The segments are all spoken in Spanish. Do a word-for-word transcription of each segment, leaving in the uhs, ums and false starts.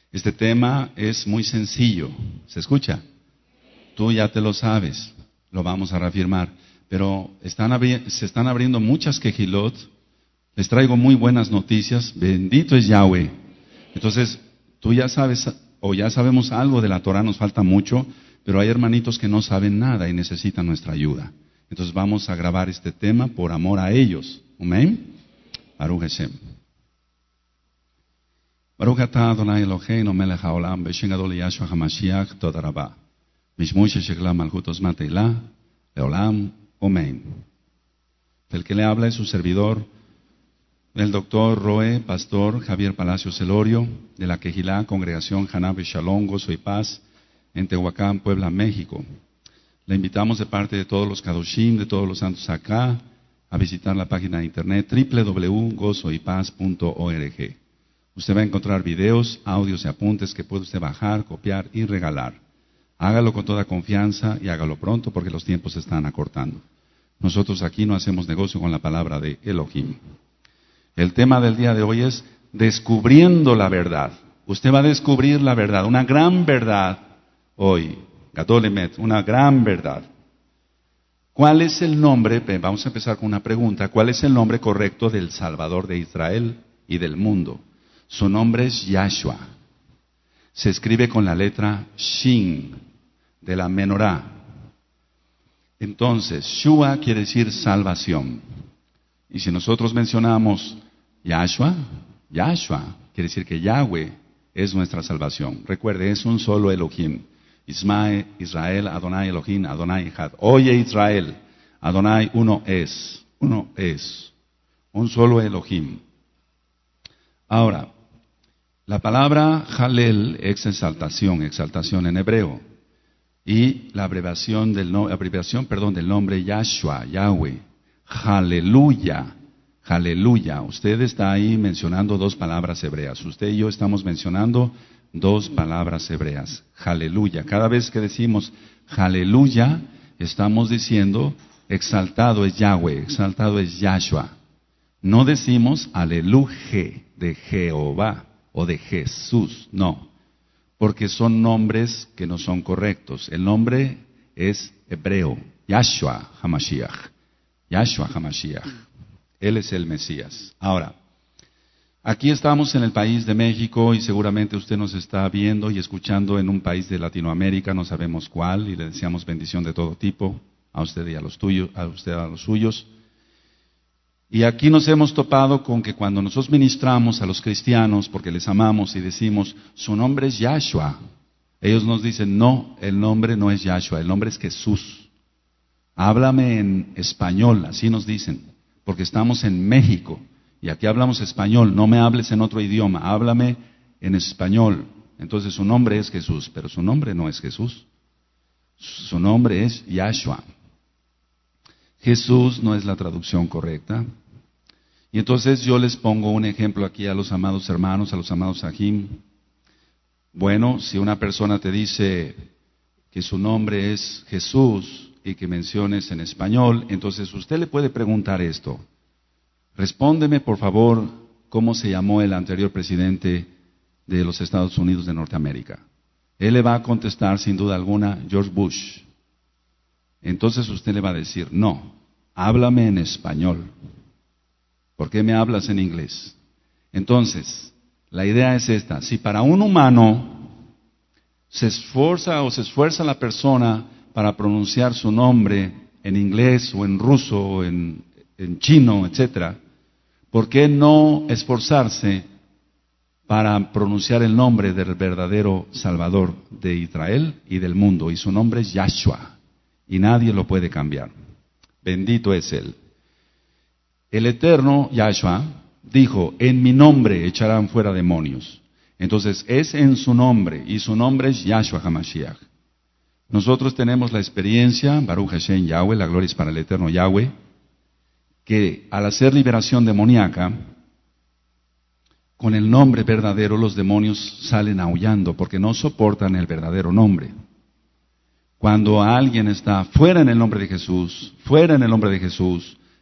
Este tema es muy sencillo. ¿Se escucha? Tú ya te lo sabes. Lo vamos a reafirmar. Pero están abri- se están abriendo muchas quejilot. Les traigo muy buenas noticias. Bendito es Yahweh. Entonces, tú ya sabes, o ya sabemos algo de la Torah, nos falta mucho, pero hay hermanitos que no saben nada y necesitan nuestra ayuda. Entonces vamos a grabar este tema por amor a ellos. Amén. Baruch Hashem. Baruch atah Adonai Eloheinu melech haolam b'shem gadol Yahshua HaMashiach toda rabá. Mishmui sheshekla malchut ozmat eilah leolam. Amén. El que le habla es su servidor, el doctor Roe, pastor Javier Palacios Elorio, de la Quejilá, Congregación Hanab Shalom, Gozo y Paz, en Tehuacán, Puebla, México. Le invitamos de parte de todos los Kadoshim, de todos los santos acá, a visitar la página de internet doble u doble u doble u punto gozo y paz punto org. Usted va a encontrar videos, audios y apuntes que puede usted bajar, copiar y regalar. Hágalo con toda confianza y hágalo pronto porque los tiempos se están acortando. Nosotros aquí no hacemos negocio con la palabra de Elohim. El tema del día de hoy es descubriendo la verdad. Usted va a descubrir la verdad, una gran verdad hoy. Gadol Emet, una gran verdad. ¿Cuál es el nombre? Vamos a empezar con una pregunta. ¿Cuál es el nombre correcto del Salvador de Israel y del mundo? Su nombre es Yahshua. Se escribe con la letra Shin, de la menorá. Entonces, Shua quiere decir salvación. Y si nosotros mencionamos Yahshua, Yahshua quiere decir que Yahweh es nuestra salvación. Recuerde, es un solo Elohim. Ismael, Israel, Adonai Elohim, Adonai Echad. Oye Israel, Adonai uno es, uno es, un solo Elohim. Ahora, la palabra Halel es exaltación, exaltación en hebreo. Y la abreviación del, no, abreviación, perdón, del nombre Yahshua, Yahweh, Aleluya, aleluya. Usted está ahí mencionando dos palabras hebreas. Usted y yo estamos mencionando dos palabras hebreas. Aleluya. Cada vez que decimos aleluya, estamos diciendo exaltado es Yahweh, exaltado es Yahshua. No decimos aleluje de Jehová o de Jesús, no. Porque son nombres que no son correctos. El nombre es hebreo, Yahshua HaMashiach. Yahshua HaMashiach. Él es el Mesías. Ahora, aquí estamos en el país de México y seguramente usted nos está viendo y escuchando en un país de Latinoamérica, no sabemos cuál, y le deseamos bendición de todo tipo a usted y a los tuyos, a usted a los suyos. Y aquí nos hemos topado con que cuando nosotros ministramos a los cristianos, porque les amamos y decimos, su nombre es Yahshua, ellos nos dicen, no, el nombre no es Yahshua, el nombre es Jesús. Háblame en español, así nos dicen, porque estamos en México y aquí hablamos español, no me hables en otro idioma, háblame en español. Entonces su nombre es Jesús, pero su nombre no es Jesús, su nombre es Yahshua. Jesús no es la traducción correcta. Y entonces yo les pongo un ejemplo aquí a los amados hermanos, a los amados Sahim. Bueno, si una persona te dice que su nombre es Jesús y que menciones en español, entonces usted le puede preguntar esto. Respóndeme, por favor, cómo se llamó el anterior presidente de los Estados Unidos de Norteamérica. Él le va a contestar sin duda alguna, George Bush. Entonces usted le va a decir, no, háblame en español. ¿Por qué me hablas en inglés? Entonces, la idea es esta. Si para un humano se esfuerza o se esfuerza la persona para pronunciar su nombre en inglés o en ruso o en, en chino, etcétera, ¿por qué no esforzarse para pronunciar el nombre del verdadero Salvador de Israel y del mundo? Y su nombre es Yahshua. Y nadie lo puede cambiar. Bendito es Él. El eterno Yahshua dijo, en mi nombre echarán fuera demonios. Entonces es en su nombre, y su nombre es Yahshua HaMashiach. Nosotros tenemos la experiencia, Baruch Hashem Yahweh, la gloria es para el eterno Yahweh, que al hacer liberación demoníaca, con el nombre verdadero los demonios salen aullando, porque no soportan el verdadero nombre. Cuando alguien está fuera en el nombre de Jesús, fuera en el nombre de Jesús,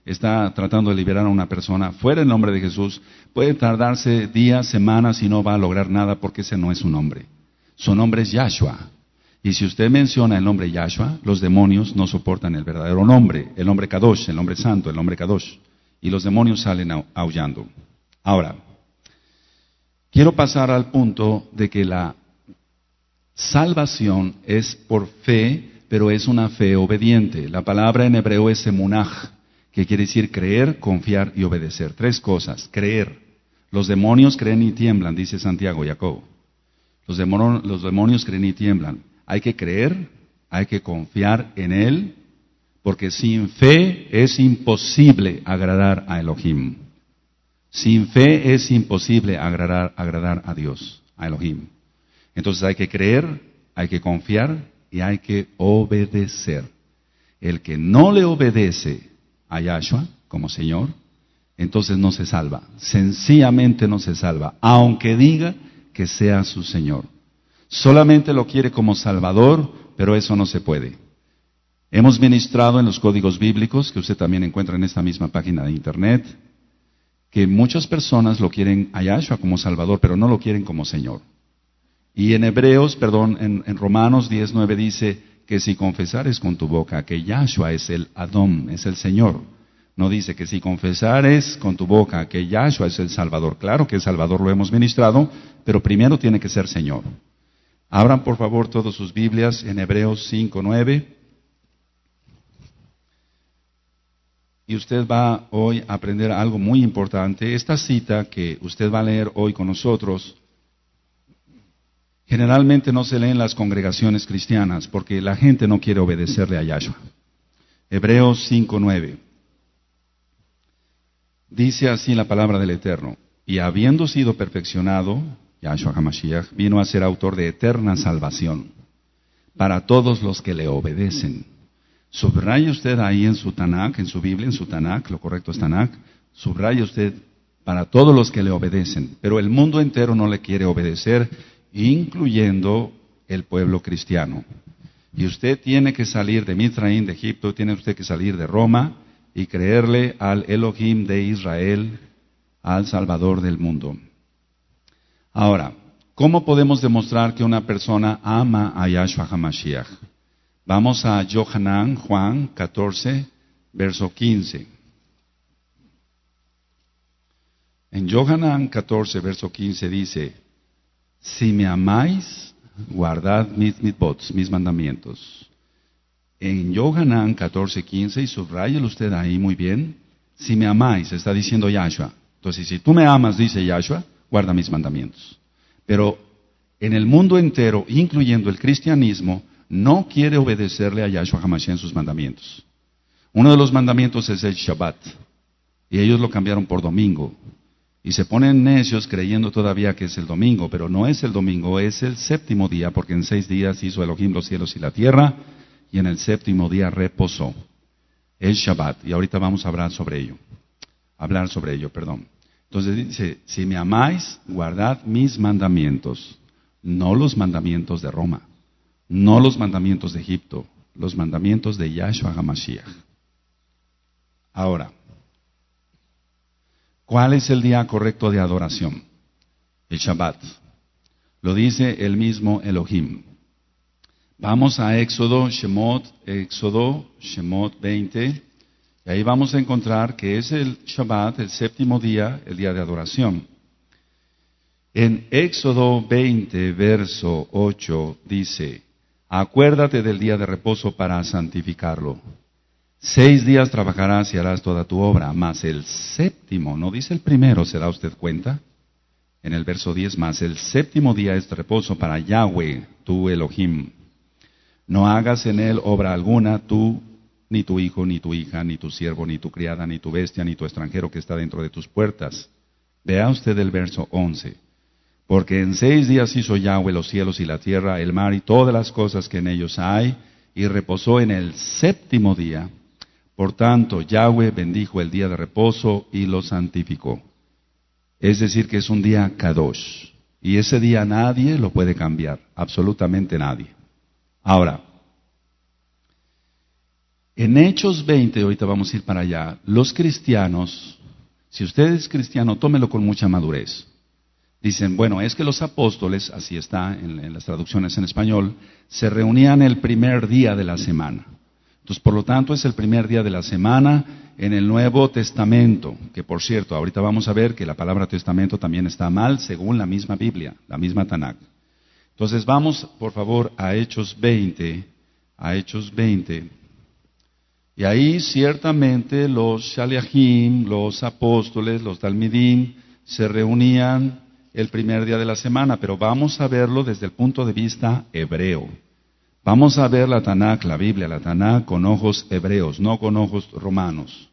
está tratando de liberar a una persona fuera del nombre de Jesús, puede tardarse días, semanas y no va a lograr nada porque ese no es su nombre. Su nombre es Yahshua. Y si usted menciona el nombre Yahshua, los demonios no soportan el verdadero nombre, el nombre Kadosh, el nombre santo, el nombre Kadosh. Y los demonios salen aullando. Ahora, quiero pasar al punto de que la salvación es por fe, pero es una fe obediente. La palabra en hebreo es emunaj, que quiere decir creer, confiar y obedecer. Tres cosas. Creer. Los demonios creen y tiemblan, dice Santiago y Jacobo. Los demonios, los demonios creen y tiemblan. Hay que creer, hay que confiar en Él, porque sin fe es imposible agradar a Elohim. Sin fe es imposible agradar, agradar a Dios, a Elohim. Entonces hay que creer, hay que confiar y hay que obedecer. El que no le obedece a Yahshua como Señor, entonces no se salva. Sencillamente no se salva, aunque diga que sea su Señor. Solamente lo quiere como Salvador, pero eso no se puede. Hemos ministrado en los códigos bíblicos, que usted también encuentra en esta misma página de internet, que muchas personas lo quieren a Yahshua como Salvador, pero no lo quieren como Señor. Y en Hebreos, perdón, en, en Romanos diez nueve dice que si confesares con tu boca que Yahshua es el Adón, es el Señor. No dice que si confesares con tu boca que Yahshua es el Salvador. Claro que el Salvador lo hemos ministrado, pero primero tiene que ser Señor. Abran por favor todas sus Biblias en Hebreos cinco nueve. Y usted va hoy a aprender algo muy importante. Esta cita que usted va a leer hoy con nosotros, generalmente no se lee en las congregaciones cristianas porque la gente no quiere obedecerle a Yahshua. Hebreos cinco nueve. Dice así la palabra del Eterno: y habiendo sido perfeccionado, Yahshua HaMashiach vino a ser autor de eterna salvación para todos los que le obedecen. Subraye usted ahí en su Tanakh, en su Biblia, en su Tanakh, lo correcto es Tanakh, subraye usted para todos los que le obedecen. Pero el mundo entero no le quiere obedecer, incluyendo el pueblo cristiano. Y usted tiene que salir de Mitzrayim, de Egipto, tiene usted que salir de Roma y creerle al Elohim de Israel, al Salvador del mundo. Ahora, ¿cómo podemos demostrar que una persona ama a Yahshua HaMashiach? Vamos a Yohanan, Juan catorce, verso quince. En Yohanan catorce, verso quince dice: si me amáis, guardad mis mitzvot, mis mandamientos. En Yohanan catorce, quince, y subráyelo usted ahí muy bien, si me amáis, está diciendo Yahshua. Entonces, si tú me amas, dice Yahshua, guarda mis mandamientos. Pero en el mundo entero, incluyendo el cristianismo, no quiere obedecerle a Yahshua HaMashiach en sus mandamientos. Uno de los mandamientos es el Shabbat, y ellos lo cambiaron por domingo. Y se ponen necios creyendo todavía que es el domingo, pero no es el domingo, es el séptimo día, porque en seis días hizo Elohim los cielos y la tierra, y en el séptimo día reposó. El Shabbat, y ahorita vamos a hablar sobre ello. Hablar sobre ello, perdón. Entonces dice: si me amáis, guardad mis mandamientos. No los mandamientos de Roma, no los mandamientos de Egipto, los mandamientos de Yahshua HaMashiach. Ahora, ¿cuál es el día correcto de adoración? El Shabbat. Lo dice el mismo Elohim. Vamos a Éxodo, Shemot, Éxodo, Shemot veinte. Y ahí vamos a encontrar que es el Shabbat, el séptimo día, el día de adoración. En Éxodo veinte, verso ocho, dice: acuérdate del día de reposo para santificarlo. Seis días trabajarás y harás toda tu obra, mas el séptimo, no dice el primero, ¿se da usted cuenta? En el verso diez, mas el séptimo día es reposo para Yahweh, tu Elohim. No hagas en él obra alguna, tú, ni tu hijo, ni tu hija, ni tu siervo, ni tu criada, ni tu bestia, ni tu extranjero que está dentro de tus puertas. Vea usted el verso once. Porque en seis días hizo Yahweh los cielos y la tierra, el mar y todas las cosas que en ellos hay, y reposó en el séptimo día. Por tanto, Yahweh bendijo el día de reposo y lo santificó. Es decir, que es un día kadosh. Y ese día nadie lo puede cambiar, absolutamente nadie. Ahora, En Hechos veinte, ahorita vamos a ir para allá, los cristianos, si usted es cristiano, tómelo con mucha madurez. Dicen, bueno, es que los apóstoles, así está en, en las traducciones en español, se reunían el primer día de la semana. Entonces, por lo tanto, es el primer día de la semana en el Nuevo Testamento, que por cierto, ahorita vamos a ver que la palabra testamento también está mal según la misma Biblia, la misma Tanakh. Entonces, vamos, por favor, a Hechos veinte, a Hechos veinte. Y ahí ciertamente los Shaliachim, los apóstoles, los Talmidim, se reunían el primer día de la semana, pero vamos a verlo desde el punto de vista hebreo. Vamos a ver la Tanakh, la Biblia, la Tanakh con ojos hebreos, no con ojos romanos.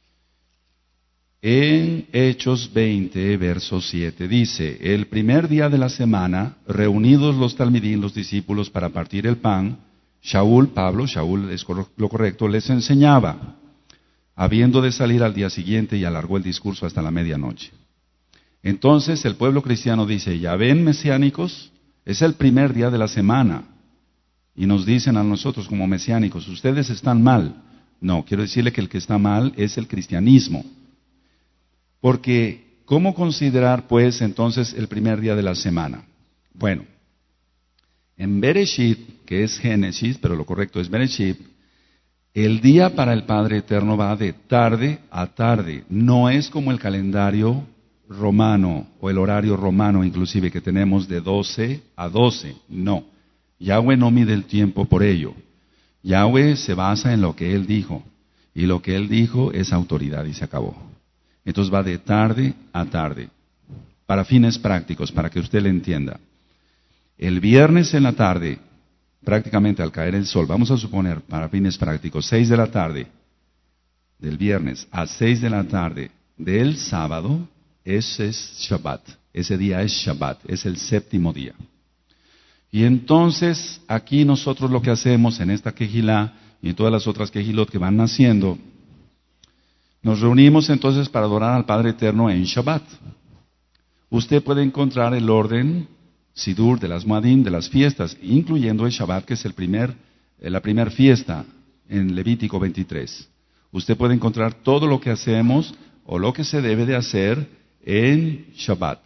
En Hechos veinte, verso siete, dice, el primer día de la semana, reunidos los Talmidim, los discípulos, para partir el pan, Shaul, Pablo, Shaul es lo correcto, les enseñaba, habiendo de salir al día siguiente, y alargó el discurso hasta la medianoche. Entonces el pueblo cristiano dice, ya ven, mesiánicos, es el primer día de la semana. Y nos dicen a nosotros como mesiánicos, ustedes están mal. No, quiero decirle que el que está mal es el cristianismo. Porque, ¿cómo considerar pues entonces el primer día de la semana? Bueno, en Bereshit, que es Génesis, pero lo correcto es Bereshit, el día para el Padre Eterno va de tarde a tarde. No es como el calendario romano o el horario romano inclusive que tenemos de doce a doce. No, Yahweh no mide el tiempo por ello. Yahweh se basa en lo que Él dijo. Y lo que Él dijo es autoridad y se acabó. Entonces va de tarde a tarde. Para fines prácticos, para que usted le entienda. El viernes en la tarde, prácticamente al caer el sol, vamos a suponer, para fines prácticos, seis de la tarde, del viernes a seis de la tarde del sábado, ese es Shabbat. Ese día es Shabbat, es el séptimo día. Y entonces, aquí nosotros lo que hacemos en esta Kehilá y en todas las otras Kehilot que van naciendo, nos reunimos entonces para adorar al Padre Eterno en Shabbat. Usted puede encontrar el orden Sidur de las Moadim, de las fiestas, incluyendo el Shabbat, que es el primer, la primera fiesta en Levítico veintitrés. Usted puede encontrar todo lo que hacemos o lo que se debe de hacer en Shabbat.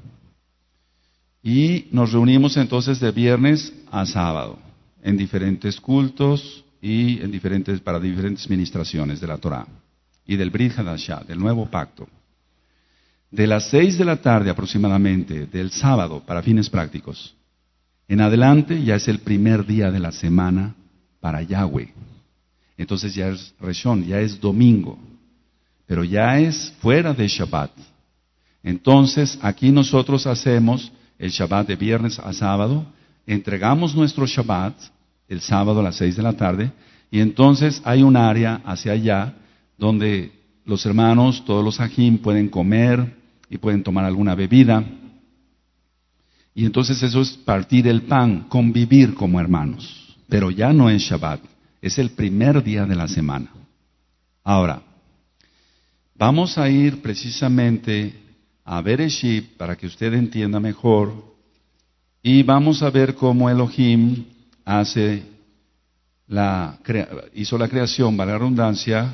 Y nos reunimos entonces de viernes a sábado, en diferentes cultos y en diferentes, para diferentes ministraciones de la Torah y del Brit Hadashah, del nuevo pacto. De las seis de la tarde aproximadamente, del sábado, para fines prácticos, en adelante ya es el primer día de la semana para Yahweh. Entonces ya es Reshon, ya es domingo, pero ya es fuera de Shabbat. Entonces aquí nosotros hacemos el Shabbat de viernes a sábado, entregamos nuestro Shabbat el sábado a las seis de la tarde, y entonces hay un área hacia allá donde los hermanos, todos los ajim, pueden comer y pueden tomar alguna bebida. Y entonces eso es partir el pan, convivir como hermanos. Pero ya no es Shabbat, es el primer día de la semana. Ahora, vamos a ir precisamente a Bereshit para que usted entienda mejor. Y vamos a ver cómo Elohim hace la, hizo la creación, vale la redundancia.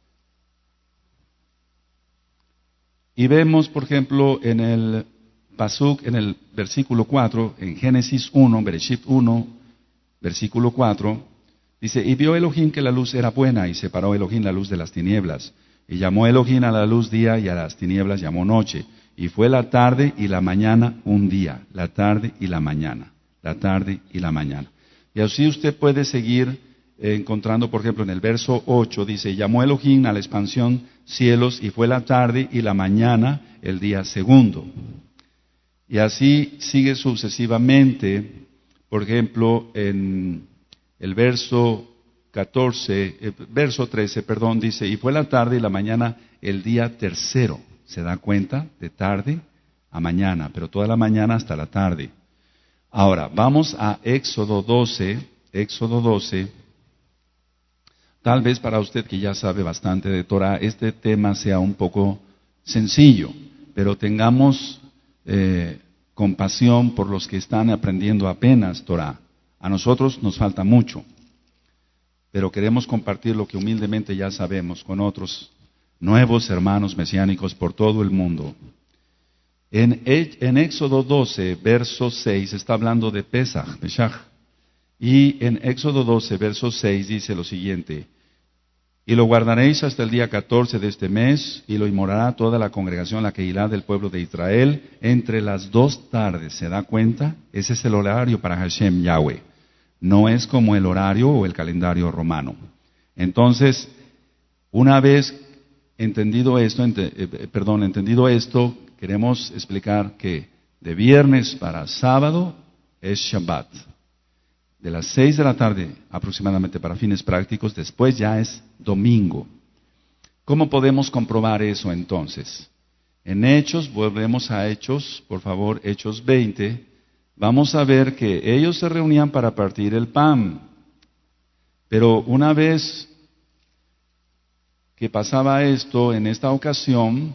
Y vemos, por ejemplo, en el Pasuk, en el versículo cuatro, en Génesis uno, Bereshit uno, versículo cuatro, dice, y vio Elohim que la luz era buena, y separó Elohim la luz de las tinieblas. Y llamó Elohim a la luz día, y a las tinieblas llamó noche. Y fue la tarde y la mañana un día, la tarde y la mañana, la tarde y la mañana. Y así usted puede seguir eh, encontrando, por ejemplo, en el verso ocho, dice, llamó Elohim a la expansión cielos, y fue la tarde y la mañana el día segundo. Y así sigue sucesivamente, por ejemplo, en el verso catorce, eh, verso trece, perdón, dice, y fue la tarde y la mañana el día tercero. ¿Se da cuenta? De tarde a mañana, pero toda la mañana hasta la tarde. Ahora, vamos a Éxodo doce, Éxodo doce. Tal vez para usted que ya sabe bastante de Torah, este tema sea un poco sencillo, pero tengamos eh, compasión por los que están aprendiendo apenas Torah. A nosotros nos falta mucho. pero queremos compartir lo que humildemente ya sabemos con otros nuevos hermanos mesiánicos por todo el mundo. En, en Éxodo doce, verso seis, está hablando de Pesaj, Pesaj. Y en Éxodo doce, verso seis, dice lo siguiente: y lo guardaréis hasta el día catorce de este mes, y lo inmolará toda la congregación, la Keilah del pueblo de Israel, entre las dos tardes. ¿Se da cuenta? Ese es el horario para Hashem Yahweh. No es como el horario o el calendario romano. Entonces, una vez entendido esto, ent eh, perdón, entendido esto, queremos explicar que de viernes para sábado es Shabbat. De las seis de la tarde aproximadamente para fines prácticos, después ya es domingo. ¿Cómo podemos comprobar eso entonces? En Hechos, volvemos a Hechos, por favor, Hechos veinte, vamos a ver que ellos se reunían para partir el pan. Pero una vez que pasaba esto, en esta ocasión,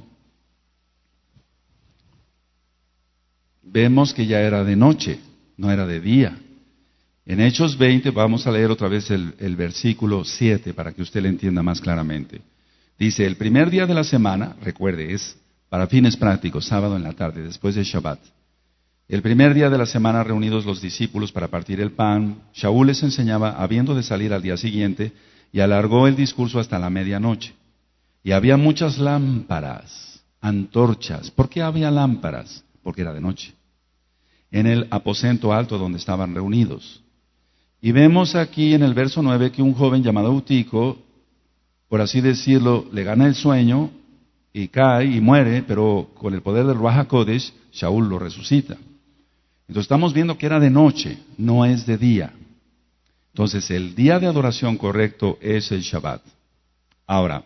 vemos que ya era de noche, no era de día. En Hechos veinte, vamos a leer otra vez el, el versículo siete para que usted lo entienda más claramente. Dice, el primer día de la semana, recuerde, es para fines prácticos, sábado en la tarde, después de Shabbat. El primer día de la semana, reunidos los discípulos para partir el pan, Shaul les enseñaba, habiendo de salir al día siguiente, y alargó el discurso hasta la medianoche. Y había muchas lámparas, antorchas. ¿Por qué había lámparas? Porque era de noche. En el aposento alto donde estaban reunidos. Y vemos aquí en el verso nueve que un joven llamado Eutico, por así decirlo, le gana el sueño y cae y muere, pero con el poder del Ruach HaKodesh, Shaul lo resucita. Entonces estamos viendo que era de noche, no es de día. Entonces el día de adoración correcto es el Shabbat. Ahora,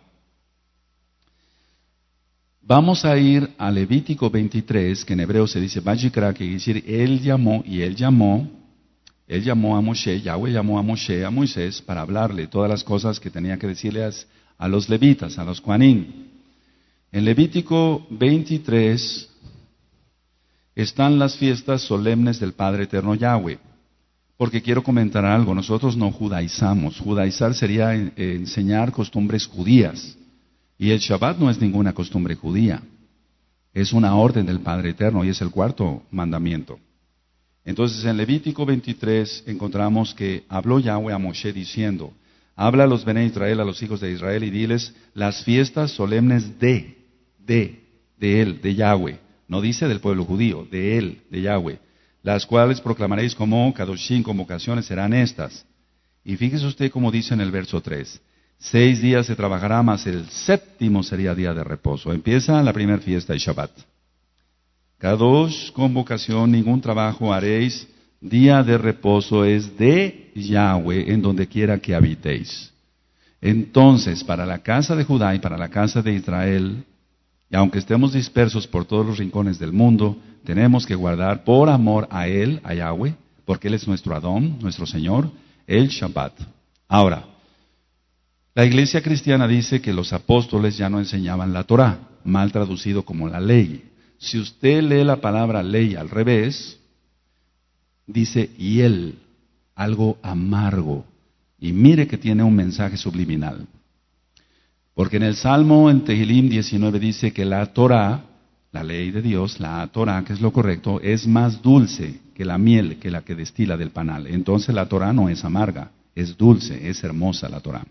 vamos a ir a Levítico veintitrés, que en hebreo se dice Vayikra, que quiere decir él llamó y él llamó. Él llamó a Moshe, Yahweh llamó a Moshe, a Moisés, para hablarle todas las cosas que tenía que decirles a los levitas, a los Kohanim. En Levítico veintitrés están las fiestas solemnes del Padre Eterno Yahweh. Porque quiero comentar algo, nosotros no judaizamos. Judaizar sería enseñar costumbres judías. Y el Shabbat no es ninguna costumbre judía. Es una orden del Padre Eterno y es el cuarto mandamiento. Entonces en Levítico veintitrés encontramos que habló Yahweh a Moshe diciendo, habla a los Bene Israel, a los hijos de Israel, y diles las fiestas solemnes de, de, de él, de Yahweh. No dice del pueblo judío, de él, de Yahweh. Las cuales proclamaréis como Kadoshim, convocaciones serán estas. Y fíjese usted cómo dice en el verso tres. Seis días se trabajará, mas el séptimo sería día de reposo. Empieza la primera fiesta de Shabbat. Kadosh, convocación, ningún trabajo haréis. Día de reposo es de Yahweh en donde quiera que habitéis. Entonces, para la casa de Judá y para la casa de Israel, y aunque estemos dispersos por todos los rincones del mundo, tenemos que guardar por amor a Él, a Yahweh, porque Él es nuestro Adón, nuestro Señor, el Shabbat. Ahora, la iglesia cristiana dice que los apóstoles ya no enseñaban la Torah, mal traducido como la ley. Si usted lee la palabra ley al revés, dice hiel, algo amargo. Y mire que tiene un mensaje subliminal. Porque en el Salmo, en Tehilim diecinueve, dice que la Torah, la ley de Dios, la Torah, que es lo correcto, es más dulce que la miel, que la que destila del panal. Entonces la Torah no es amarga, es dulce, es hermosa la Torah.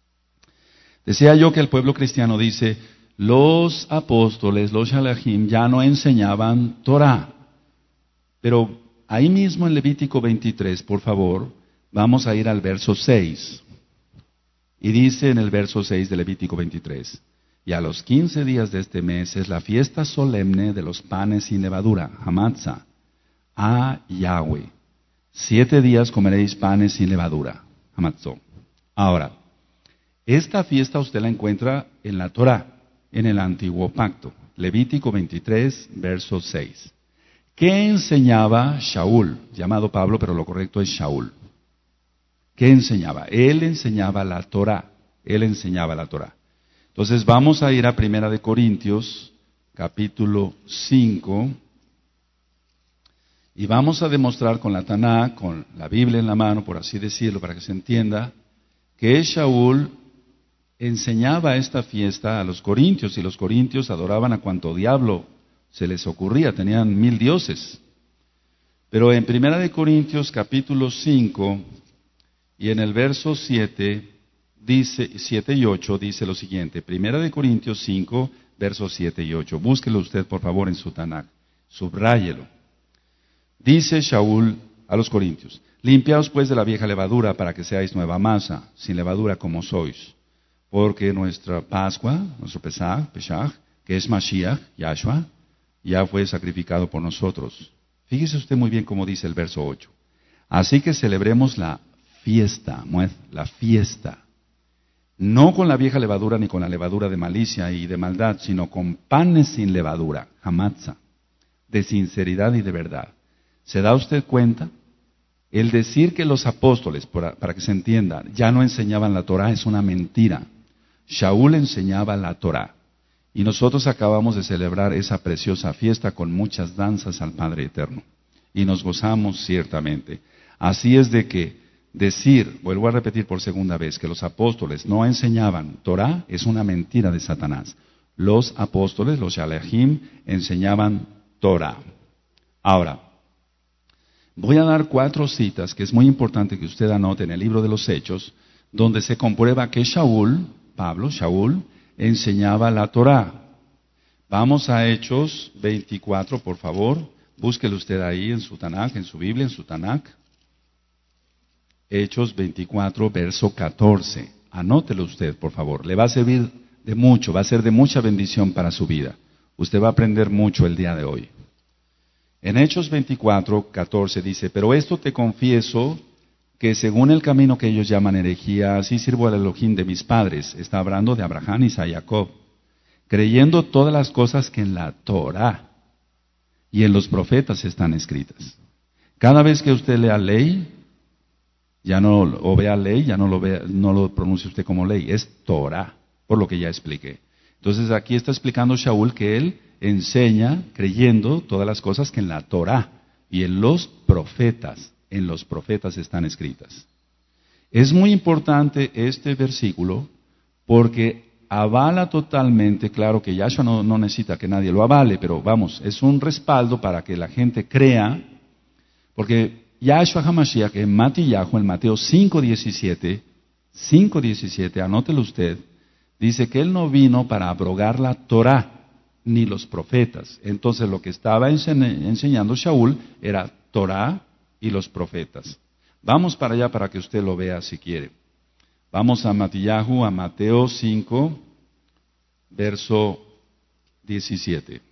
Decía yo que el pueblo cristiano dice, los apóstoles, los shalachim, ya no enseñaban Torah. Pero ahí mismo en Levítico veintitrés, por favor, vamos a ir al verso seis. Y dice en el verso seis de Levítico veintitrés, y a los quince días de este mes es la fiesta solemne de los panes sin levadura, Hamatzah, a Yahweh. Siete días comeréis panes sin levadura, Hamatzah. Ahora, esta fiesta usted la encuentra en la Torah, en el Antiguo Pacto. Levítico veintitrés, verso seis. ¿Qué enseñaba Shaul? Llamado Pablo, pero lo correcto es Shaul. ¿Qué enseñaba? Él enseñaba la Torah. Él enseñaba la Torah. Entonces vamos a ir a Primera de Corintios, capítulo cinco, y vamos a demostrar con la Taná, con la Biblia en la mano, por así decirlo, para que se entienda, que Shaul enseñaba esta fiesta a los corintios, y los corintios adoraban a cuanto diablo se les ocurría, tenían mil dioses. Pero en Primera de Corintios capítulo cinco y en el verso siete, dice, siete y ocho, dice lo siguiente. Primera de Corintios cinco, versos siete y ocho. Búsquelo usted, por favor, en su Tanakh. Subráyelo. Dice Shaul a los corintios: limpiaos pues de la vieja levadura para que seáis nueva masa, sin levadura como sois. Porque nuestra Pascua, nuestro Pesach, Pesach, que es Mashiach, Yahshua, ya fue sacrificado por nosotros. Fíjese usted muy bien cómo dice el verso ocho. Así que celebremos la fiesta, la fiesta, no con la vieja levadura ni con la levadura de malicia y de maldad, sino con panes sin levadura, hamatza, de sinceridad y de verdad. ¿Se da usted cuenta? El decir que los apóstoles, para que se entienda, ya no enseñaban la Torah es una mentira. Shaul enseñaba la Torah. Y nosotros acabamos de celebrar esa preciosa fiesta con muchas danzas al Padre Eterno. Y nos gozamos ciertamente. Así es de que decir, vuelvo a repetir por segunda vez, que los apóstoles no enseñaban Torah es una mentira de Satanás. Los apóstoles, los Shalachim, enseñaban Torah. Ahora, voy a dar cuatro citas que es muy importante que usted anote en el libro de los Hechos, donde se comprueba que Shaul, Pablo, Shaul, enseñaba la Torah. Vamos a Hechos veinticuatro, por favor. Búsquelo usted ahí en su Tanakh, en su Biblia, en su Tanakh. Hechos veinticuatro, verso catorce. Anótelo usted, por favor. Le va a servir de mucho, va a ser de mucha bendición para su vida. Usted va a aprender mucho el día de hoy. En Hechos veinticuatro, catorce dice: pero esto te confieso, que según el camino que ellos llaman herejía, así sirvo al Elohim de mis padres. Está hablando de Abraham, Isaac y Jacob. Creyendo todas las cosas que en la Torah y en los profetas están escritas. Cada vez que usted lea ley, ya no, o vea ley, ya no lo, vea, no lo pronuncie usted como ley, es Torah, por lo que ya expliqué. Entonces aquí está explicando Shaul que él enseña creyendo todas las cosas que en la Torah y en los profetas, en los profetas están escritas. Es muy importante este versículo porque avala totalmente, claro que Yahshua no, no necesita que nadie lo avale, pero vamos, es un respaldo para que la gente crea, porque Yahshua HaMashiach en Matillahu, en Mateo cinco diecisiete, cinco diecisiete, anótelo usted, dice que él no vino para abrogar la Torah ni los profetas. Entonces lo que estaba ense- enseñando Shaul era Torah y los profetas. Vamos para allá para que usted lo vea si quiere. Vamos a Matillahu, a Mateo cinco, verso diecisiete.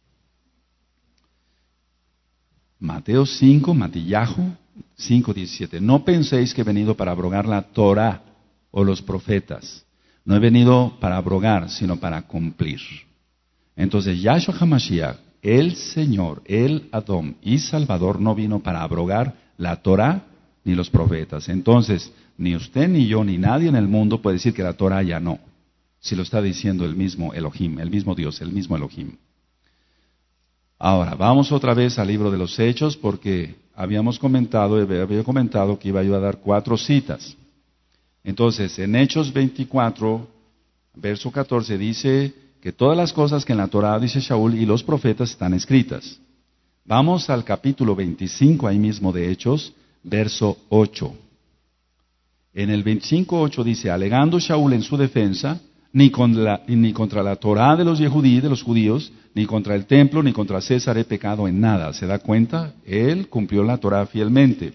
Mateo cinco, Matillahu cinco, diecisiete. No penséis que he venido para abrogar la Torah o los profetas. No he venido para abrogar, sino para cumplir. Entonces, Yahshua HaMashiach, el Señor, el Adón y Salvador, no vino para abrogar la Torah ni los profetas. Entonces, ni usted, ni yo, ni nadie en el mundo puede decir que la Torah ya no. Si lo está diciendo el mismo Elohim, el mismo Dios, el mismo Elohim. Ahora, vamos otra vez al libro de los Hechos, porque habíamos comentado, había comentado que iba yo a dar cuatro citas. Entonces, en Hechos veinticuatro, verso catorce, dice que todas las cosas que en la Torah, dice Shaul, y los profetas están escritas. Vamos al capítulo veinticinco, ahí mismo de Hechos, verso ocho. En el veinticinco ocho dice: alegando Shaul en su defensa, ni, con la, ni contra la Torah de los Yehudí, de los judíos, ni contra el templo, ni contra César he pecado en nada. ¿Se da cuenta? Él cumplió la Torah fielmente.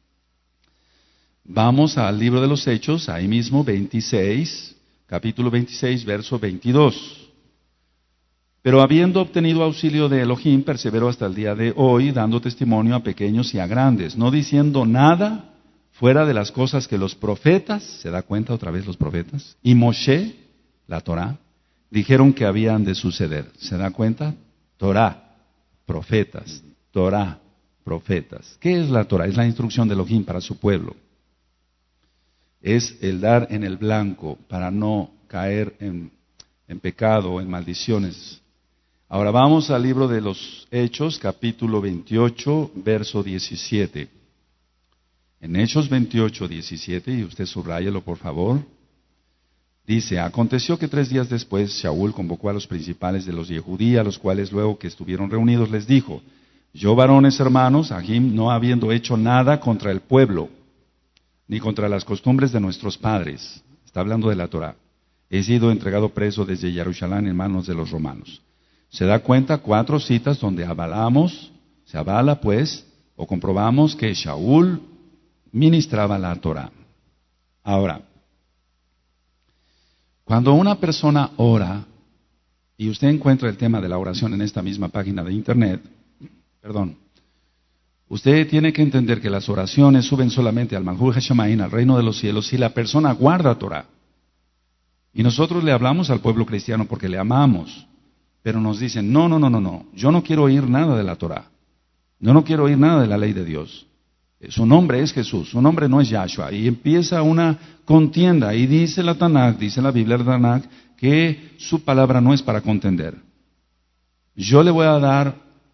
Vamos al libro de los Hechos, ahí mismo, veintiséis, capítulo veintiséis, verso veintidós. Pero habiendo obtenido auxilio de Elohim, perseveró hasta el día de hoy, dando testimonio a pequeños y a grandes, no diciendo nada fuera de las cosas que los profetas, ¿se da cuenta otra vez los profetas? Y Moshe, la Torah, dijeron que habían de suceder. ¿Se da cuenta? Torah, profetas, Torah, profetas. ¿Qué es la Torah? Es la instrucción de Elohim para su pueblo. Es el dar en el blanco para no caer en, en pecado, en maldiciones. Ahora vamos al libro de los Hechos, capítulo veintiocho, verso diecisiete. En Hechos veintiocho, diecisiete, y usted subráyelo por favor, dice, aconteció que tres días después Shaul convocó a los principales de los Yehudí, a los cuales luego que estuvieron reunidos les dijo, yo varones hermanos, Ahim, no habiendo hecho nada contra el pueblo, ni contra las costumbres de nuestros padres, está hablando de la Torá, he sido entregado preso desde Jerusalén en manos de los romanos. Se da cuenta cuatro citas donde avalamos, se avala pues, o comprobamos que Shaul ministraba la Torá. Ahora, cuando una persona ora, y usted encuentra el tema de la oración en esta misma página de internet, perdón, usted tiene que entender que las oraciones suben solamente al Malhut HaShamayim, al reino de los cielos, si la persona guarda Torá. Y nosotros le hablamos al pueblo cristiano porque le amamos, pero nos dicen, no, no, no, no, no, yo no quiero oír nada de la Torá, yo no quiero oír nada de la ley de Dios. Su nombre es Jesús, su nombre no es Yahshua. Y empieza una contienda, y dice la Tanakh, dice la Biblia de Tanakh, que su palabra no es para contender. Yo le voy a dar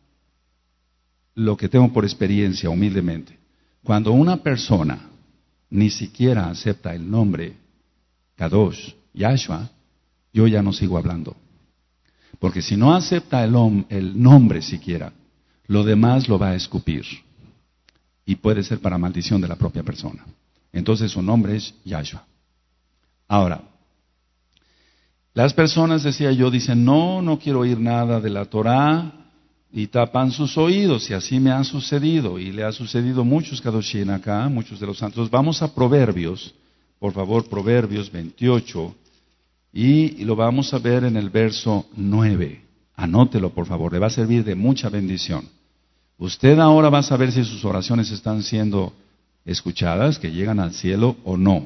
lo que tengo por experiencia, humildemente. Cuando una persona ni siquiera acepta el nombre Kadosh, Yahshua, yo ya no sigo hablando. Porque si no acepta el, el nombre siquiera, lo demás lo va a escupir. Y puede ser para maldición de la propia persona. Entonces su nombre es Yahshua. Ahora, las personas, decía yo, dicen, no, no quiero oír nada de la Torá, y tapan sus oídos, y así me ha sucedido, y le ha sucedido a muchos Kadoshim acá, muchos de los santos. Vamos a Proverbios, por favor, Proverbios veintiocho, y lo vamos a ver en el verso nueve. Anótelo, por favor, le va a servir de mucha bendición. Usted ahora va a saber si sus oraciones están siendo escuchadas, que llegan al cielo o no.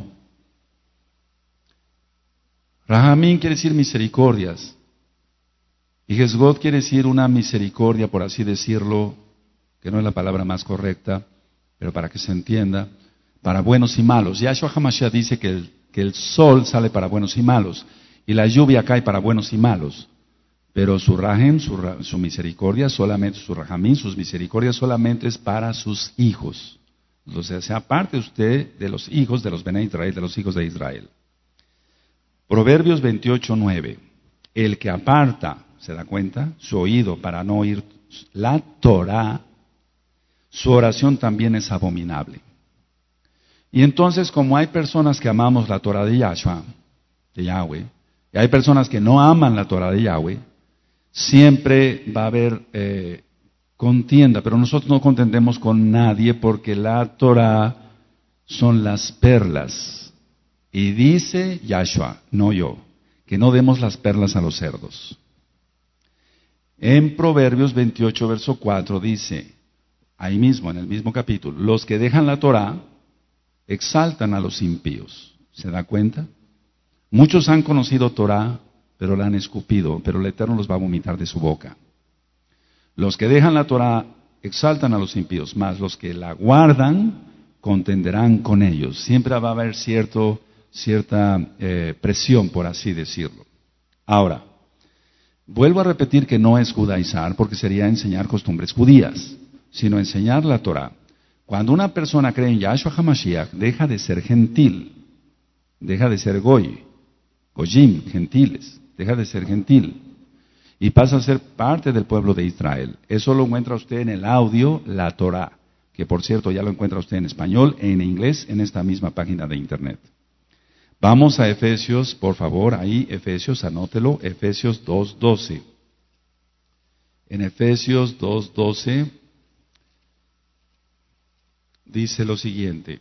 Rahamín quiere decir misericordias. Y Jesgod quiere decir una misericordia, por así decirlo, que no es la palabra más correcta, pero para que se entienda, para buenos y malos. Yahshua HaMashiach dice que el, que el sol sale para buenos y malos, y la lluvia cae para buenos y malos. Pero su rajem, su, su misericordia solamente, su rajamín, sus misericordias solamente es para sus hijos. O sea, sea parte usted de los hijos de los Bene Israel, de los hijos de Israel. Proverbios veintiocho, nueve. El que aparta, ¿se da cuenta? Su oído para no oír la Torá, su oración también es abominable. Y entonces, como hay personas que amamos la Torá de Yahshua, de Yahweh, y hay personas que no aman la Torá de Yahweh, siempre va a haber eh, contienda, pero nosotros no contendemos con nadie porque la Torá son las perlas. Y dice Yahshua, no yo, que no demos las perlas a los cerdos. En Proverbios veintiocho, verso cuatro dice, ahí mismo, en el mismo capítulo, los que dejan la Torá exaltan a los impíos. ¿Se da cuenta? Muchos han conocido Torá, pero la han escupido, pero el Eterno los va a vomitar de su boca. Los que dejan la Torá exaltan a los impíos, mas los que la guardan contenderán con ellos. Siempre va a haber cierto, cierta eh, presión, por así decirlo. Ahora, vuelvo a repetir que no es judaizar, porque sería enseñar costumbres judías, sino enseñar la Torá. Cuando una persona cree en Yahshua HaMashiach, deja de ser gentil, deja de ser goy, goyim, gentiles. Deja de ser gentil y pasa a ser parte del pueblo de Israel. Eso lo encuentra usted en el audio La Torá, que por cierto ya lo encuentra usted en español e en inglés en esta misma página de internet. Vamos a Efesios, por favor, ahí Efesios, anótelo, Efesios dos doce. En Efesios dos doce dice lo siguiente.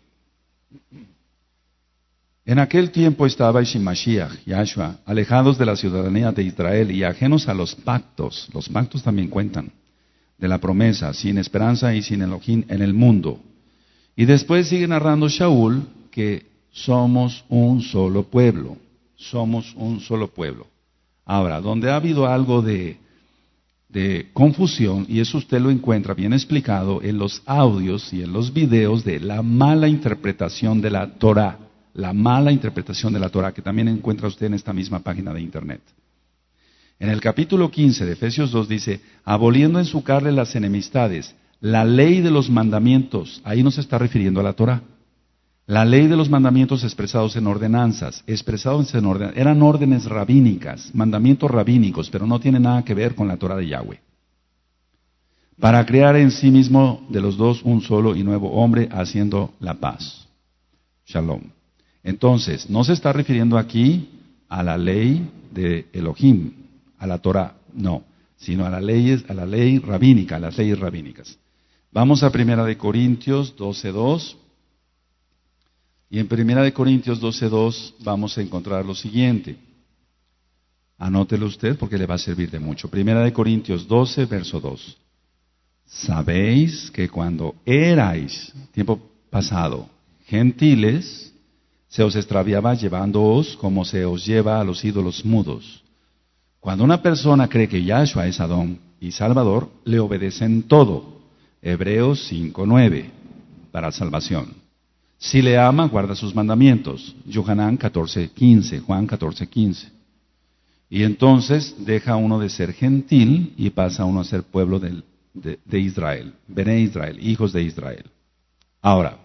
En aquel tiempo estabais sin Mashiach, Yahshua, alejados de la ciudadanía de Israel y ajenos a los pactos, los pactos también cuentan, de la promesa, sin esperanza y sin Elohim en el mundo. Y después sigue narrando Shaul que somos un solo pueblo, somos un solo pueblo. Ahora, donde ha habido algo de, de confusión, y eso usted lo encuentra bien explicado en los audios y en los videos de la mala interpretación de la Torá. La mala interpretación de la Torá, que también encuentra usted en esta misma página de internet. En el capítulo quince de Efesios dos dice, aboliendo en su carne las enemistades, La ley de los mandamientos, ahí no se está refiriendo a la Torah. La ley de los mandamientos expresados en ordenanzas, expresados en orden, eran órdenes rabínicas, mandamientos rabínicos, pero no tienen nada que ver con la Torah de Yahweh. Para crear en sí mismo de los dos un solo y nuevo hombre, haciendo la paz. Shalom. Entonces, no se está refiriendo aquí a la ley de Elohim, a la Torah, no, sino a, la ley, a la ley rabínica, a las leyes rabínicas. Vamos a Primera de Corintios doce dos. Y en Primera de Corintios doce dos vamos a encontrar lo siguiente. Anótelo usted porque le va a servir de mucho. Primera de Corintios doce, verso dos. Sabéis que cuando erais, tiempo pasado, gentiles, se os extraviaba llevándoos como se os lleva a los ídolos mudos. Cuando una persona cree que Yahshua es Adón y Salvador, le obedece en todo. Hebreos cinco nueve, para salvación. Si le ama, guarda sus mandamientos. Yohanan catorce quince, Juan catorce quince. Y entonces deja uno de ser gentil y pasa uno a ser pueblo de, de, de Israel. Bené Israel, hijos de Israel. Ahora,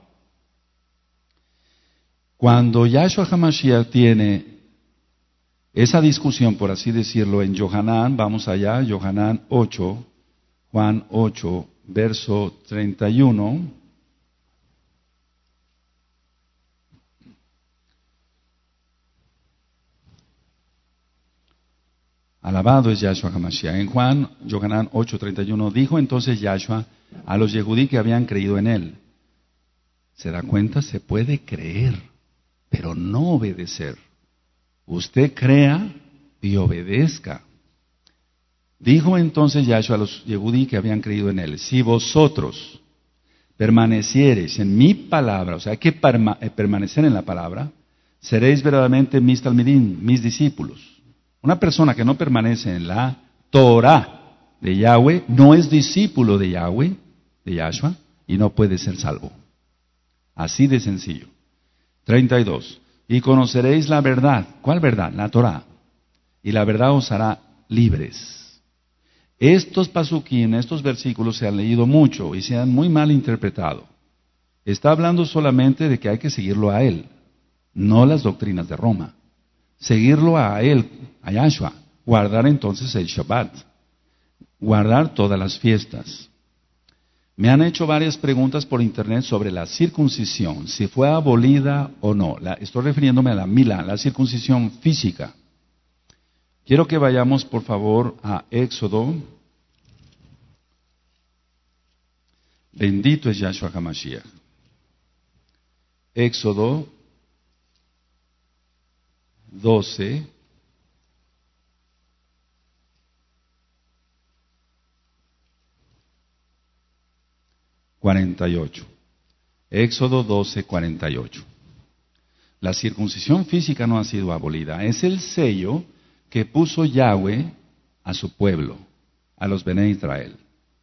cuando Yahshua HaMashiach tiene esa discusión, por así decirlo, en Yohanan, vamos allá, Yohanan ocho, Juan ocho, verso treinta y uno. Alabado es Yahshua HaMashiach. En Juan, Yohanan ocho treinta y uno, dijo entonces Yahshua a los Yehudí que habían creído en él. ¿Se da cuenta? Se puede creer, pero no obedecer. Usted crea y obedezca. Dijo entonces Yahshua a los Yehudí que habían creído en él, si vosotros permaneciereis en mi palabra, o sea, hay que permanecer en la palabra, seréis verdaderamente mis talmidim, mis discípulos. Una persona que no permanece en la Torah de Yahweh no es discípulo de Yahweh, de Yahshua, y no puede ser salvo. Así de sencillo. treinta y dos. Y conoceréis la verdad. ¿Cuál verdad? La Torah. Y la verdad os hará libres. Estos pasuquín, estos versículos se han leído mucho y se han muy mal interpretado. Está hablando solamente de que hay que seguirlo a él, no las doctrinas de Roma. Seguirlo a él, a Yahshua, guardar entonces el Shabbat, guardar todas las fiestas. Me han hecho varias preguntas por internet sobre la circuncisión, si fue abolida o no. La, estoy refiriéndome a la mila, la circuncisión física. Quiero que vayamos por favor a Éxodo. Bendito es Yahshua HaMashiach. Éxodo doce, cuarenta y ocho. Éxodo doce, cuarenta y ocho. La circuncisión física no ha sido abolida. Es el sello que puso Yahweh a su pueblo, a los Bené Israel.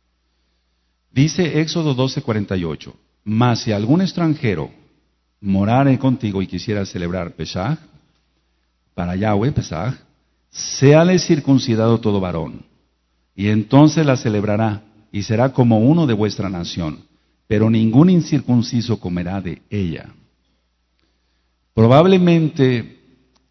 Dice Éxodo doce, cuarenta y ocho. Mas si algún extranjero morare contigo y quisiera celebrar Pesaj, para Yahweh, Pesaj, séale circuncidado todo varón, y entonces la celebrará, y será como uno de vuestra nación, pero ningún incircunciso comerá de ella. Probablemente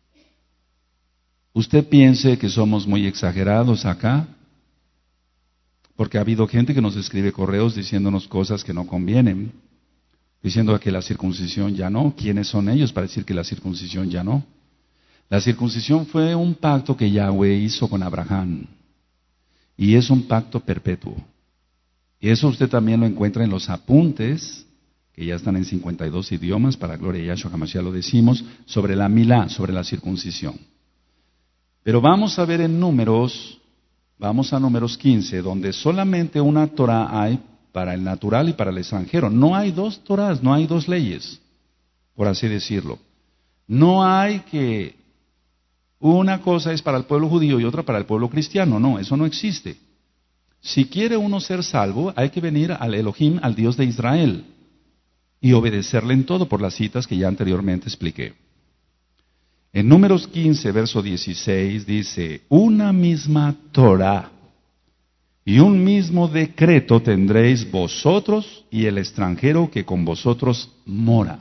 usted piense que somos muy exagerados acá, porque ha habido gente que nos escribe correos diciéndonos cosas que no convienen, diciendo que la circuncisión ya no. ¿Quiénes son ellos para decir que la circuncisión ya no? La circuncisión fue un pacto que Yahweh hizo con Abraham, y es un pacto perpetuo. Y eso usted también lo encuentra en los apuntes, que ya están en cincuenta y dos idiomas, para gloria de Yahshua HaMashiach lo decimos, sobre la milá, sobre la circuncisión. Pero vamos a ver en números, vamos a números quince, donde solamente una Torah hay para el natural y para el extranjero. No hay dos Torahs, no hay dos leyes, por así decirlo. No hay que una cosa es para el pueblo judío y otra para el pueblo cristiano. No, eso no existe. Si quiere uno ser salvo, hay que venir al Elohim, al Dios de Israel, y obedecerle en todo por las citas que ya anteriormente expliqué. En Números quince, verso dieciséis, dice, una misma Torah Y un mismo decreto tendréis vosotros y el extranjero que con vosotros mora.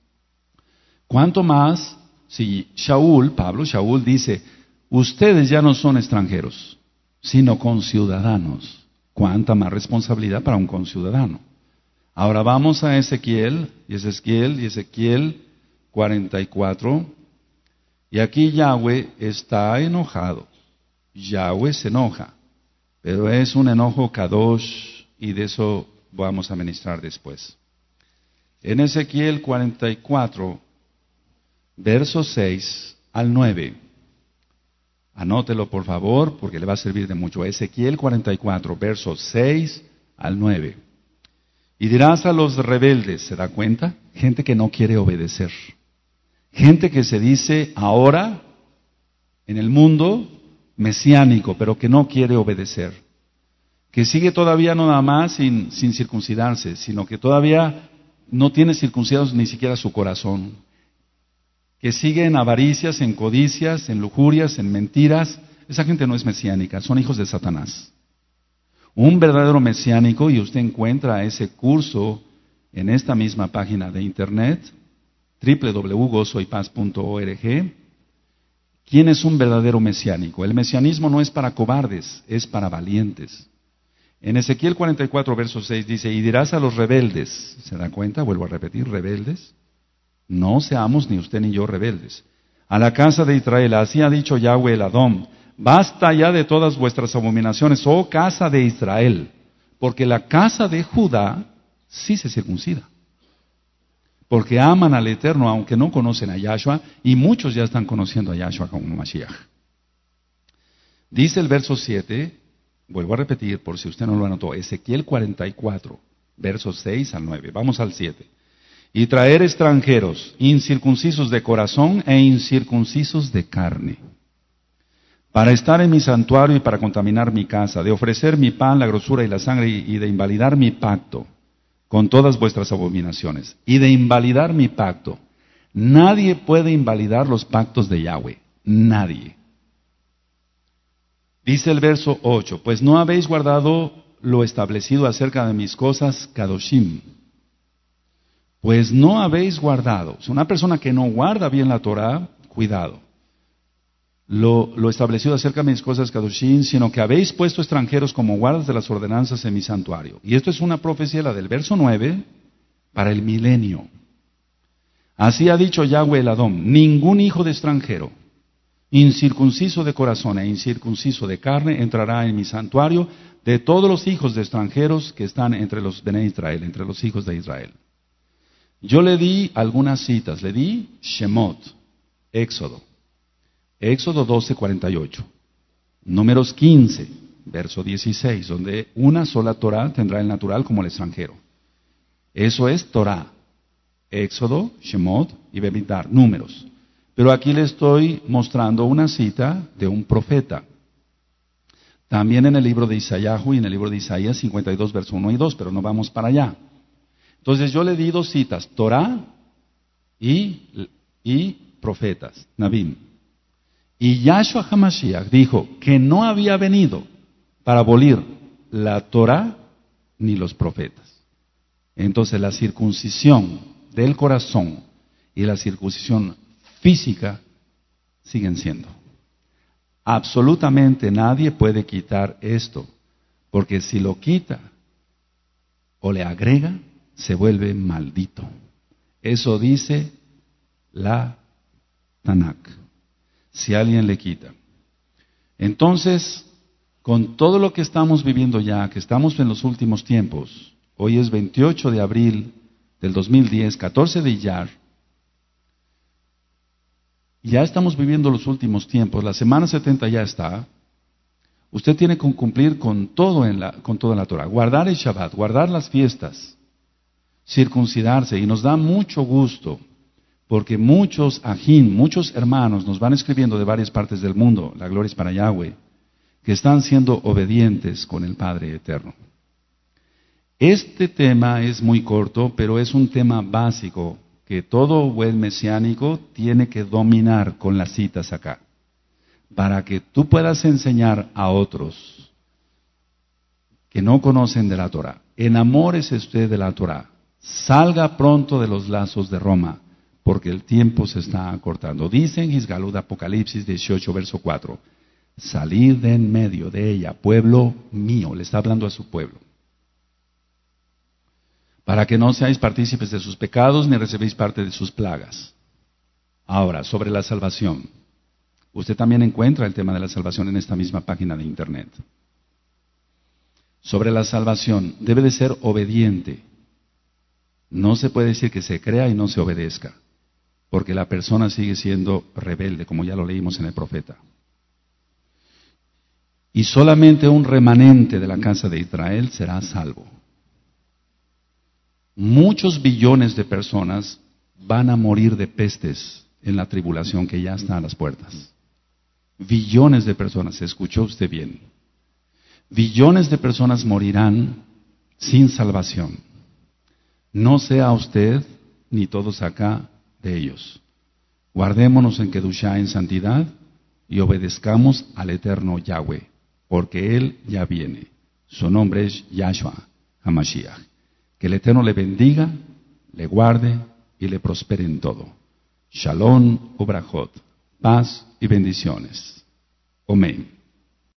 ¿Cuánto más si Shaul, Pablo, Shaul dice, ustedes ya no son extranjeros, sino conciudadanos? ¿Cuánta más responsabilidad para un conciudadano? Ahora vamos a Ezequiel, y Ezequiel, y Ezequiel cuarenta y cuatro, y aquí Yahweh está enojado. Yahweh se enoja, pero es un enojo kadosh, y de eso vamos a ministrar después. En Ezequiel cuarenta y cuatro, versos seis al nueve. Anótelo por favor, porque le va a servir de mucho. Ezequiel cuarenta y cuatro, versos seis al nueve. Y dirás a los rebeldes, ¿se da cuenta? Gente que no quiere obedecer. Gente que se dice ahora en el mundo mesiánico, pero que no quiere obedecer. Que sigue todavía no nada más sin, sin circuncidarse, sino que todavía no tiene circuncidados ni siquiera su corazón. Que sigue en avaricias, en codicias, en lujurias, en mentiras. Esa gente no es mesiánica, son hijos de Satanás. Un verdadero mesiánico, y usted encuentra ese curso en esta misma página de internet, doble u doble u doble u punto gozo y paz punto org. ¿Quién es un verdadero mesiánico? El mesianismo no es para cobardes, es para valientes. En Ezequiel cuarenta y cuatro, verso seis dice, y dirás a los rebeldes, ¿se da cuenta? Vuelvo a repetir, rebeldes. No seamos ni usted ni yo rebeldes. A la casa de Israel, así ha dicho Yahweh el Adón, basta ya de todas vuestras abominaciones, oh casa de Israel, porque la casa de Judá sí se circuncida. Porque aman al Eterno, aunque no conocen a Yahshua, y muchos ya están conociendo a Yahshua como Mashiach. Dice el verso siete, vuelvo a repetir por si usted no lo anotó, Ezequiel cuarenta y cuatro, versos seis al nueve, vamos al siete. Y traer extranjeros, incircuncisos de corazón e incircuncisos de carne, para estar en mi santuario y para contaminar mi casa, de ofrecer mi pan, la grosura y la sangre, y de invalidar mi pacto con todas vuestras abominaciones, y de invalidar mi pacto. Nadie puede invalidar los pactos de Yahweh, nadie. Dice el verso ocho, pues no habéis guardado lo establecido acerca de mis cosas, kadoshim. Pues no habéis guardado. Si una persona que no guarda bien la Torah, cuidado. Lo, lo establecido acerca de mis cosas, kadoshim, sino que habéis puesto extranjeros como guardas de las ordenanzas en mi santuario. Y esto es una profecía, la del verso nueve, para el milenio. Así ha dicho Yahweh el Adón, ningún hijo de extranjero, incircunciso de corazón e incircunciso de carne, entrará en mi santuario de todos los hijos de extranjeros que están entre los Bnei Israel, entre los hijos de Israel. Yo le di algunas citas, le di Shemot, Éxodo, Éxodo doce, cuarenta y ocho, Números quince, verso dieciséis, donde una sola Torah tendrá el natural como el extranjero. Eso es Torah, Éxodo, Shemot y Bemidbar, Números. Pero aquí le estoy mostrando una cita de un profeta. También en el libro de Isaías y en el libro de Isaías cincuenta y dos, verso uno y dos, pero no vamos para allá. Entonces yo le di dos citas, Torah y, y profetas, Nabim. Y Yahshua HaMashiach dijo que no había venido para abolir la Torah ni los profetas. Entonces la circuncisión del corazón y la circuncisión física siguen siendo. Absolutamente nadie puede quitar esto, porque si lo quita o le agrega, se vuelve maldito. Eso dice la Tanakh. Si alguien le quita. Entonces, con todo lo que estamos viviendo ya, que estamos en los últimos tiempos, hoy es veintiocho de abril del dos mil diez, catorce de Iyar, ya estamos viviendo los últimos tiempos, la semana setenta ya está. Usted tiene que cumplir con todo en la, con toda la Torah, guardar el Shabbat, guardar las fiestas, circuncidarse, y nos da mucho gusto, porque muchos ajín, muchos hermanos nos van escribiendo de varias partes del mundo, la gloria es para Yahweh, que están siendo obedientes con el Padre Eterno. Este tema es muy corto, pero es un tema básico que todo buen mesiánico tiene que dominar con las citas acá, para que tú puedas enseñar a otros que no conocen de la Torah. Enamórese usted de la Torah. Salga pronto de los lazos de Roma, porque el tiempo se está acortando. Dice en Gisgalud, Apocalipsis dieciocho, verso cuatro, salid de en medio de ella, pueblo mío. Le está hablando a su pueblo. Para que no seáis partícipes de sus pecados, ni recibéis parte de sus plagas. Ahora, sobre la salvación. Usted también encuentra el tema de la salvación en esta misma página de internet. Sobre la salvación, debe de ser obediente. No se puede decir que se crea y no se obedezca, porque la persona sigue siendo rebelde, como ya lo leímos en el profeta. Y solamente un remanente de la casa de Israel será salvo. Muchos billones de personas van a morir de pestes en la tribulación que ya está a las puertas. Billones de personas, ¿escuchó usted bien? Billones de personas morirán sin salvación. No sea usted ni todos acá de ellos. Guardémonos en Kedushá, en santidad, y obedezcamos al eterno Yahweh, porque Él ya viene. Su nombre es Yahshua HaMashiach. Que el Eterno le bendiga, le guarde y le prospere en todo. Shalom, Ubrajot, paz y bendiciones. Amén.